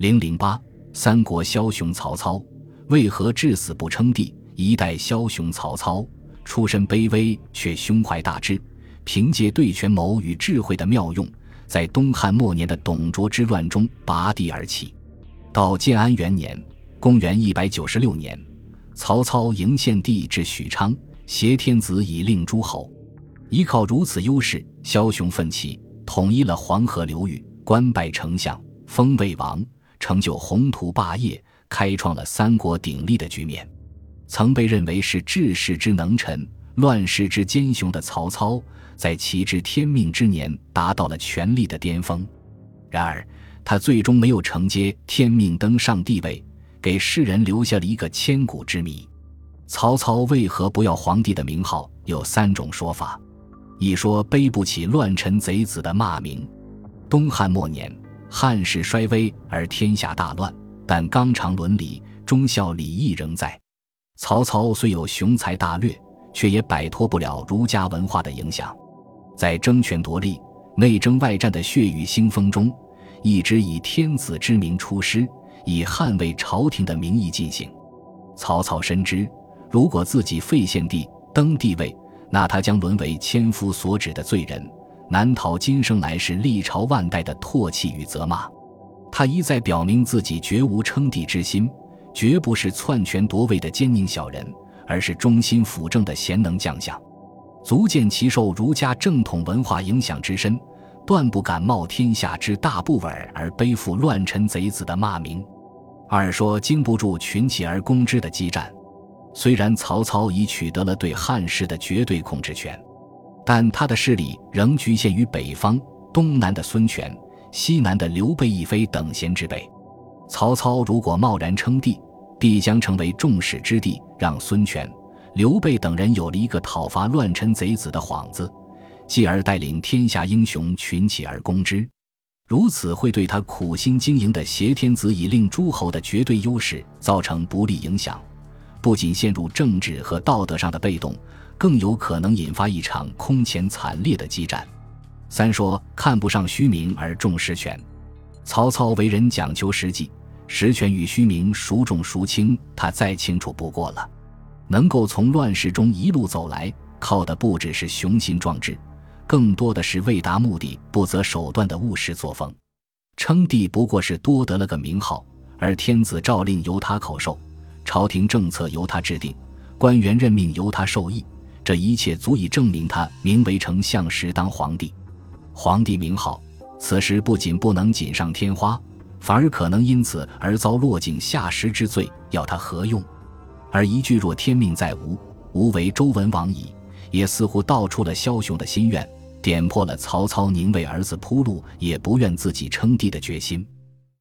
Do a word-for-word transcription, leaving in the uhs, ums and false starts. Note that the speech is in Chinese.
零零八三国枭雄曹操为何至死不称帝？一代枭雄曹操出身卑微，却胸怀大志，凭借对权谋与智慧的妙用，在东汉末年的董卓之乱中拔地而起。到建安元年公元一百九十六年，曹操迎献帝至许昌，挟天子以令诸侯。依靠如此优势，枭雄奋起，统一了黄河流域，官拜丞相，封魏王，成就宏图霸业，开创了三国鼎立的局面。曾被认为是治世之能臣，乱世之奸雄的曹操，在其知天命之年达到了权力的巅峰。然而他最终没有承接天命登上帝位，给世人留下了一个千古之谜。曹操为何不要皇帝的名号？有三种说法。一说背不起乱臣贼子的骂名。东汉末年，汉室衰微而天下大乱，但纲常伦理、忠孝礼义仍在。曹操虽有雄才大略，却也摆脱不了儒家文化的影响。在争权夺利、内争外战的血雨腥风中，一直以天子之名出师，以捍卫朝廷的名义进行。曹操深知，如果自己废献帝登帝位，那他将沦为千夫所指的罪人，难逃今生来世历朝万代的唾弃与责骂。他一再表明自己绝无称帝之心，绝不是篡权夺位的奸佞小人，而是忠心辅政的贤能将相。足见其受儒家正统文化影响之深，断不敢冒天下之大不韪而背负乱臣贼子的骂名。二说经不住群起而攻之的激战。虽然曹操已取得了对汉室的绝对控制权，但他的势力仍局限于北方，东南的孙权，西南的刘备一非等闲之辈。曹操如果贸然称帝，必将成为众矢之的，让孙权、刘备等人有了一个讨伐乱臣贼子的幌子，继而带领天下英雄群起而攻之。如此会对他苦心经营的挟天子以令诸侯的绝对优势造成不利影响，不仅陷入政治和道德上的被动，更有可能引发一场空前惨烈的激战。三说看不上虚名而重实权。曹操为人讲求实际，实权与虚名孰重孰轻，他再清楚不过了。能够从乱世中一路走来，靠的不只是雄心壮志，更多的是为达目的不择手段的务实作风。称帝不过是多得了个名号，而天子诏令由他口授，朝廷政策由他制定，官员任命由他授意，这一切足以证明他名为丞相时当皇帝。皇帝名号，此时不仅不能锦上添花，反而可能因此而遭落井下石之罪，要他何用？而一句若天命在吾，吾为周文王矣，也似乎道出了枭雄的心愿，点破了曹操宁为儿子铺路，也不愿自己称帝的决心。